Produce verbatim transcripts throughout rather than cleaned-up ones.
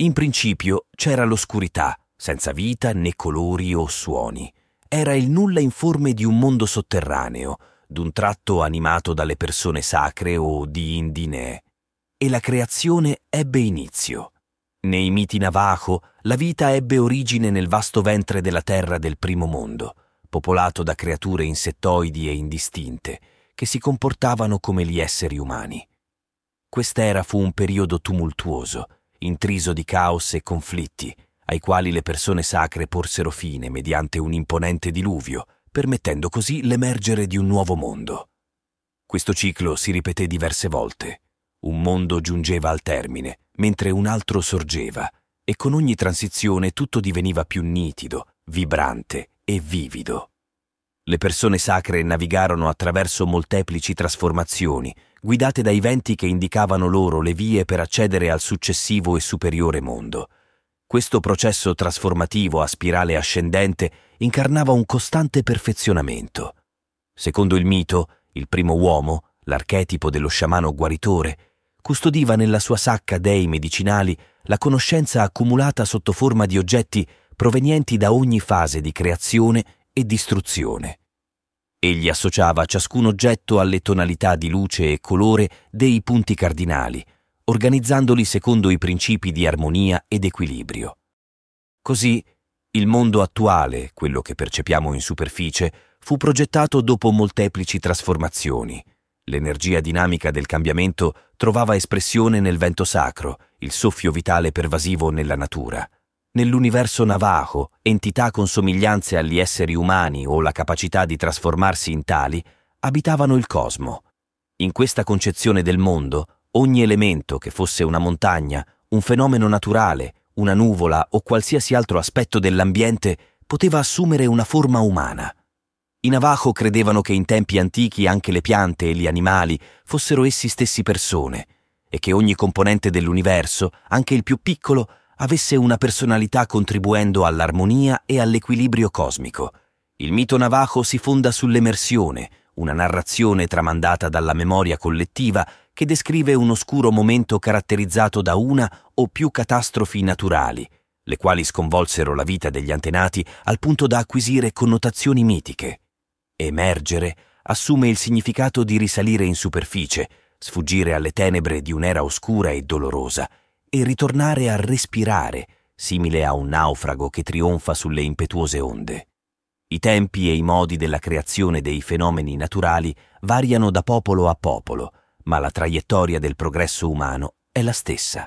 In principio c'era l'oscurità, senza vita né colori o suoni. Era il nulla informe di un mondo sotterraneo, d'un tratto animato dalle persone sacre o di Indinè. E la creazione ebbe inizio. Nei miti Navajo la vita ebbe origine nel vasto ventre della terra del primo mondo, popolato da creature insettoidi e indistinte, che si comportavano come gli esseri umani. Quest'era fu un periodo tumultuoso, intriso di caos e conflitti, ai quali le persone sacre porsero fine mediante un imponente diluvio, permettendo così l'emergere di un nuovo mondo. Questo ciclo si ripeté diverse volte. Un mondo giungeva al termine, mentre un altro sorgeva, e con ogni transizione tutto diveniva più nitido, vibrante e vivido. Le persone sacre navigarono attraverso molteplici trasformazioni, guidate dai venti che indicavano loro le vie per accedere al successivo e superiore mondo. Questo processo trasformativo a spirale ascendente incarnava un costante perfezionamento. Secondo il mito, il primo uomo, l'archetipo dello sciamano guaritore, custodiva nella sua sacca dei medicinali la conoscenza accumulata sotto forma di oggetti provenienti da ogni fase di creazione e distruzione. Egli associava ciascun oggetto alle tonalità di luce e colore dei punti cardinali, organizzandoli secondo i principi di armonia ed equilibrio. Così, il mondo attuale, quello che percepiamo in superficie, fu progettato dopo molteplici trasformazioni. L'energia dinamica del cambiamento trovava espressione nel vento sacro, il soffio vitale pervasivo nella natura. Nell'universo Navajo, entità con somiglianze agli esseri umani o la capacità di trasformarsi in tali, abitavano il cosmo. In questa concezione del mondo, ogni elemento, che fosse una montagna, un fenomeno naturale, una nuvola o qualsiasi altro aspetto dell'ambiente, poteva assumere una forma umana. I Navajo credevano che in tempi antichi anche le piante e gli animali fossero essi stessi persone e che ogni componente dell'universo, anche il più piccolo, avesse una personalità contribuendo all'armonia e all'equilibrio cosmico. Il mito Navajo si fonda sull'emersione, una narrazione tramandata dalla memoria collettiva che descrive un oscuro momento caratterizzato da una o più catastrofi naturali, le quali sconvolsero la vita degli antenati al punto da acquisire connotazioni mitiche. Emergere assume il significato di risalire in superficie, sfuggire alle tenebre di un'era oscura e dolorosa e ritornare a respirare, simile a un naufrago che trionfa sulle impetuose onde. I tempi e i modi della creazione dei fenomeni naturali variano da popolo a popolo, ma la traiettoria del progresso umano è la stessa.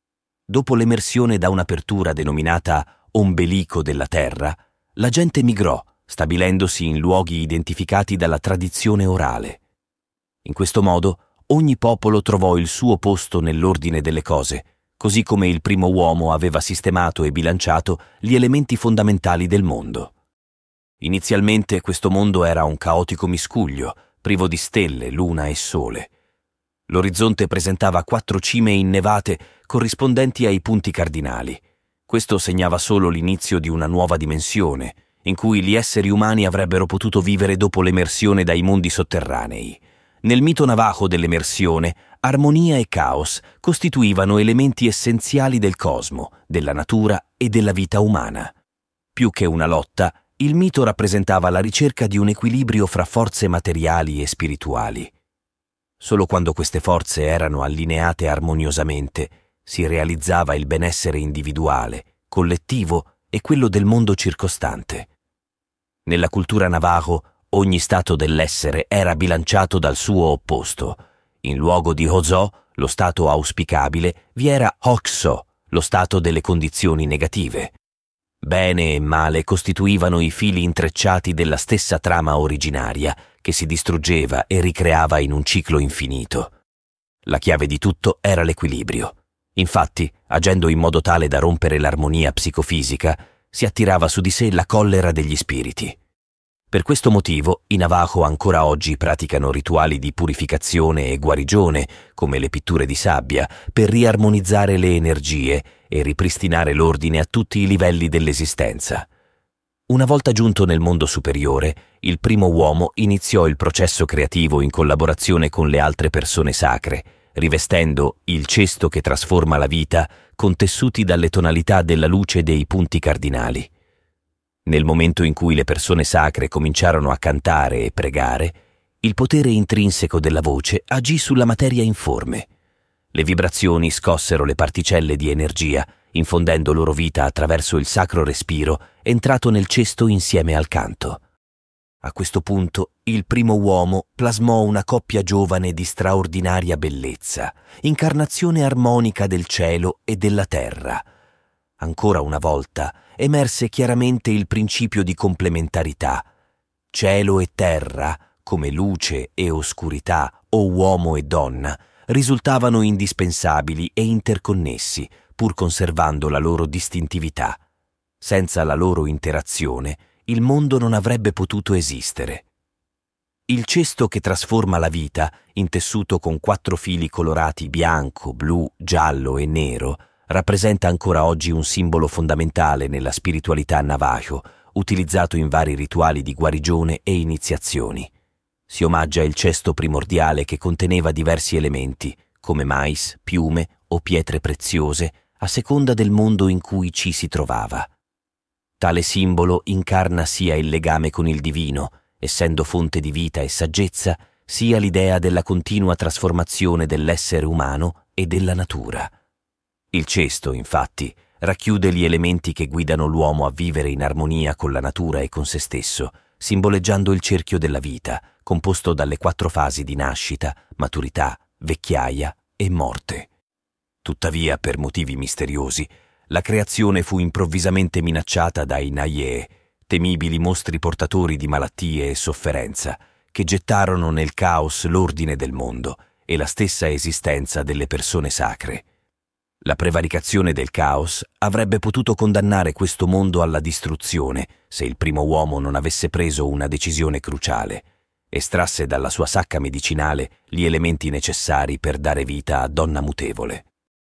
Dopo l'emersione da un'apertura denominata ombelico della terra, la gente migrò, stabilendosi in luoghi identificati dalla tradizione orale. In questo modo, ogni popolo trovò il suo posto nell'ordine delle cose, così come il primo uomo aveva sistemato e bilanciato gli elementi fondamentali del mondo. Inizialmente questo mondo era un caotico miscuglio, privo di stelle, luna e sole. L'orizzonte presentava quattro cime innevate corrispondenti ai punti cardinali. Questo segnava solo l'inizio di una nuova dimensione, in cui gli esseri umani avrebbero potuto vivere dopo l'emersione dai mondi sotterranei. Nel mito Navajo dell'emersione, armonia e caos costituivano elementi essenziali del cosmo, della natura e della vita umana. Più che una lotta, il mito rappresentava la ricerca di un equilibrio fra forze materiali e spirituali. Solo quando queste forze erano allineate armoniosamente si realizzava il benessere individuale, collettivo e quello del mondo circostante. Nella cultura Navajo, ogni stato dell'essere era bilanciato dal suo opposto. In luogo di Hozo, lo stato auspicabile, vi era Hoxo, lo stato delle condizioni negative. Bene e male costituivano i fili intrecciati della stessa trama originaria, che si distruggeva e ricreava in un ciclo infinito. La chiave di tutto era l'equilibrio. Infatti, agendo in modo tale da rompere l'armonia psicofisica, si attirava su di sé la collera degli spiriti. Per questo motivo i Navajo ancora oggi praticano rituali di purificazione e guarigione, come le pitture di sabbia, per riarmonizzare le energie e ripristinare l'ordine a tutti i livelli dell'esistenza. Una volta giunto nel mondo superiore, il primo uomo iniziò il processo creativo in collaborazione con le altre persone sacre, rivestendo il cesto che trasforma la vita con tessuti dalle tonalità della luce dei punti cardinali. Nel momento in cui le persone sacre cominciarono a cantare e pregare, il potere intrinseco della voce agì sulla materia informe. Le vibrazioni scossero le particelle di energia, infondendo loro vita attraverso il sacro respiro entrato nel cesto insieme al canto. A questo punto il primo uomo plasmò una coppia giovane di straordinaria bellezza, incarnazione armonica del cielo e della terra. Ancora una volta emerse chiaramente il principio di complementarità. Cielo e terra, come luce e oscurità o uomo e donna, risultavano indispensabili e interconnessi, pur conservando la loro distintività. Senza la loro interazione, il mondo non avrebbe potuto esistere. Il cesto che trasforma la vita, intessuto con quattro fili colorati bianco, blu, giallo e nero, rappresenta ancora oggi un simbolo fondamentale nella spiritualità navajo, utilizzato in vari rituali di guarigione e iniziazioni. Si omaggia il cesto primordiale che conteneva diversi elementi, come mais, piume o pietre preziose, a seconda del mondo in cui ci si trovava. Tale simbolo incarna sia il legame con il divino, essendo fonte di vita e saggezza, sia l'idea della continua trasformazione dell'essere umano e della natura. Il cesto, infatti, racchiude gli elementi che guidano l'uomo a vivere in armonia con la natura e con se stesso, simboleggiando il cerchio della vita, composto dalle quattro fasi di nascita, maturità, vecchiaia e morte. Tuttavia, per motivi misteriosi, la creazione fu improvvisamente minacciata dai Nayé, temibili mostri portatori di malattie e sofferenza, che gettarono nel caos l'ordine del mondo e la stessa esistenza delle persone sacre. La prevaricazione del caos avrebbe potuto condannare questo mondo alla distruzione se il primo uomo non avesse preso una decisione cruciale. Estrasse dalla sua sacca medicinale gli elementi necessari per dare vita a Donna Mutevole.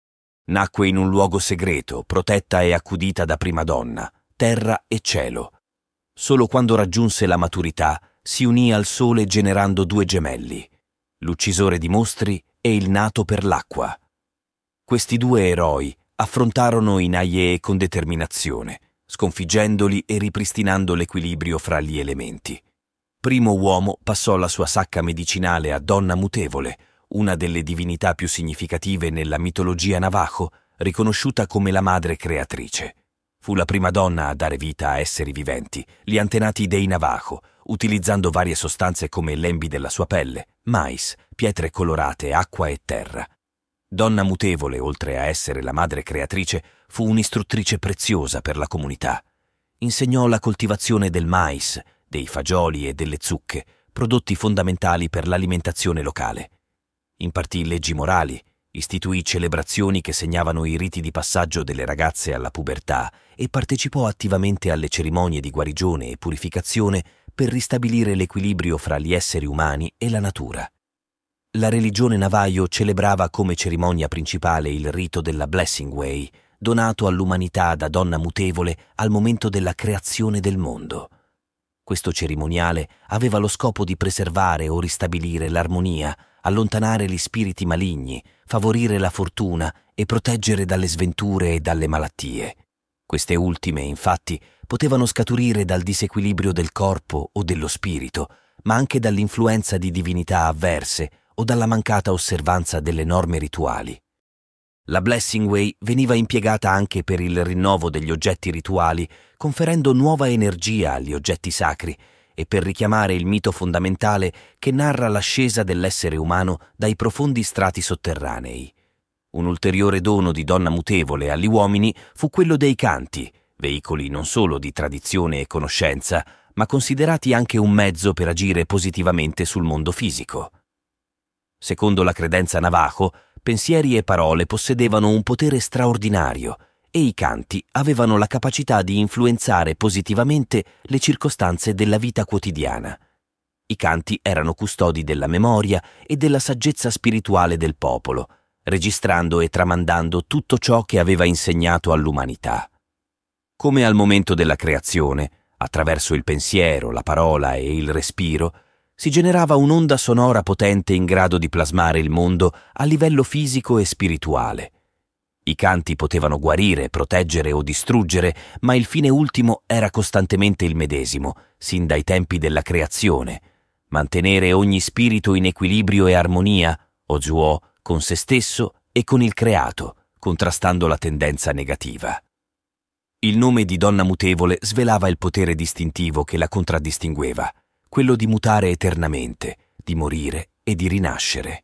Nacque in un luogo segreto, protetta e accudita da prima donna, terra e cielo. Solo quando raggiunse la maturità si unì al sole generando due gemelli, l'uccisore di mostri e il nato per l'acqua. Questi due eroi affrontarono i Nayé con determinazione, sconfiggendoli e ripristinando l'equilibrio fra gli elementi. Primo uomo passò la sua sacca medicinale a Donna Mutevole, una delle divinità più significative nella mitologia navajo, riconosciuta come la madre creatrice. Fu la prima donna a dare vita a esseri viventi, gli antenati dei Navajo, utilizzando varie sostanze come lembi della sua pelle, mais, pietre colorate, acqua e terra. Donna Mutevole, oltre a essere la madre creatrice, fu un'istruttrice preziosa per la comunità. Insegnò la coltivazione del mais, dei fagioli e delle zucche, prodotti fondamentali per l'alimentazione locale. Impartì leggi morali, istituì celebrazioni che segnavano i riti di passaggio delle ragazze alla pubertà e partecipò attivamente alle cerimonie di guarigione e purificazione per ristabilire l'equilibrio fra gli esseri umani e la natura. La religione Navajo celebrava come cerimonia principale il rito della Blessing Way, donato all'umanità da Donna Mutevole al momento della creazione del mondo. Questo cerimoniale aveva lo scopo di preservare o ristabilire l'armonia, allontanare gli spiriti maligni, favorire la fortuna e proteggere dalle sventure e dalle malattie. Queste ultime, infatti, potevano scaturire dal disequilibrio del corpo o dello spirito, ma anche dall'influenza di divinità avverse o dalla mancata osservanza delle norme rituali. La Blessing Way veniva impiegata anche per il rinnovo degli oggetti rituali, conferendo nuova energia agli oggetti sacri e per richiamare il mito fondamentale che narra l'ascesa dell'essere umano dai profondi strati sotterranei. Un ulteriore dono di Donna Mutevole agli uomini fu quello dei canti, veicoli non solo di tradizione e conoscenza, ma considerati anche un mezzo per agire positivamente sul mondo fisico. Secondo la credenza Navajo, pensieri e parole possedevano un potere straordinario e i canti avevano la capacità di influenzare positivamente le circostanze della vita quotidiana. I canti erano custodi della memoria e della saggezza spirituale del popolo, registrando e tramandando tutto ciò che aveva insegnato all'umanità. Come al momento della creazione, attraverso il pensiero, la parola e il respiro, si generava un'onda sonora potente in grado di plasmare il mondo a livello fisico e spirituale. I canti potevano guarire, proteggere o distruggere, ma il fine ultimo era costantemente il medesimo, sin dai tempi della creazione: mantenere ogni spirito in equilibrio e armonia, Ozuo, con se stesso e con il creato, contrastando la tendenza negativa. Il nome di Donna Mutevole svelava il potere distintivo che la contraddistingueva, quello di mutare eternamente, di morire e di rinascere.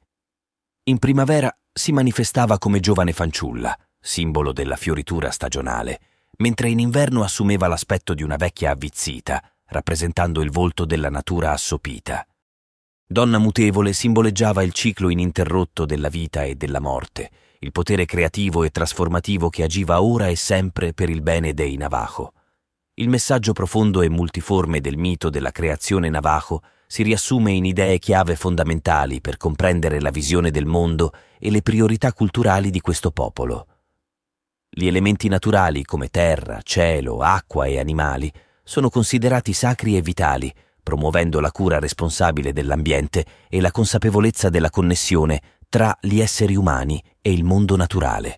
In primavera si manifestava come giovane fanciulla, simbolo della fioritura stagionale, mentre in inverno assumeva l'aspetto di una vecchia avvizzita, rappresentando il volto della natura assopita. Donna Mutevole simboleggiava il ciclo ininterrotto della vita e della morte, il potere creativo e trasformativo che agiva ora e sempre per il bene dei Navajo. Il messaggio profondo e multiforme del mito della creazione Navajo si riassume in idee chiave fondamentali per comprendere la visione del mondo e le priorità culturali di questo popolo. Gli elementi naturali come terra, cielo, acqua e animali sono considerati sacri e vitali, promuovendo la cura responsabile dell'ambiente e la consapevolezza della connessione tra gli esseri umani e il mondo naturale.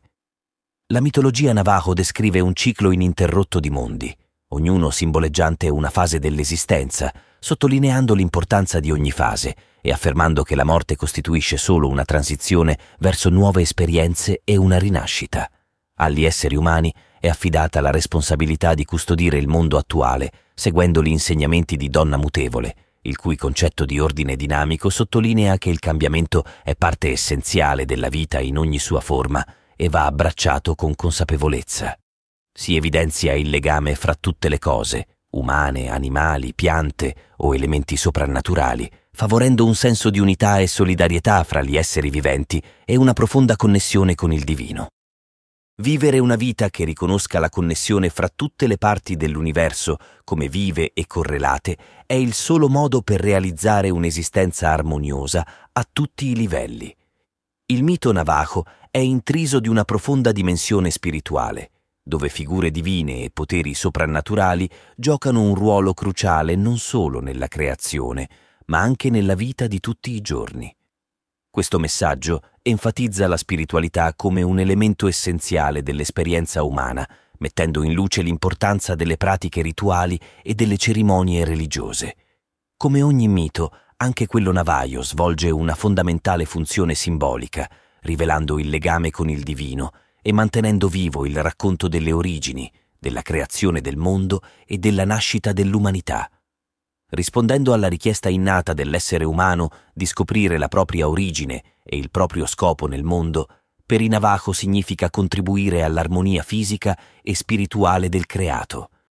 La mitologia Navajo descrive un ciclo ininterrotto di mondi, ognuno simboleggiante una fase dell'esistenza, sottolineando l'importanza di ogni fase e affermando che la morte costituisce solo una transizione verso nuove esperienze e una rinascita. Agli esseri umani è affidata la responsabilità di custodire il mondo attuale, seguendo gli insegnamenti di Donna Mutevole, il cui concetto di ordine dinamico sottolinea che il cambiamento è parte essenziale della vita in ogni sua forma e va abbracciato con consapevolezza. Si evidenzia il legame fra tutte le cose, umane, animali, piante o elementi soprannaturali, favorendo un senso di unità e solidarietà fra gli esseri viventi e una profonda connessione con il divino. Vivere una vita che riconosca la connessione fra tutte le parti dell'universo come vive e correlate è il solo modo per realizzare un'esistenza armoniosa a tutti i livelli. Il mito Navajo è intriso di una profonda dimensione spirituale, dove figure divine e poteri soprannaturali giocano un ruolo cruciale non solo nella creazione, ma anche nella vita di tutti i giorni. Questo messaggio enfatizza la spiritualità come un elemento essenziale dell'esperienza umana, mettendo in luce l'importanza delle pratiche rituali e delle cerimonie religiose. Come ogni mito, anche quello Navajo svolge una fondamentale funzione simbolica, rivelando il legame con il divino e mantenendo vivo il racconto delle origini, della creazione del mondo e della nascita dell'umanità. Rispondendo alla richiesta innata dell'essere umano di scoprire la propria origine e il proprio scopo nel mondo, per i Navajo significa contribuire all'armonia fisica e spirituale del creato.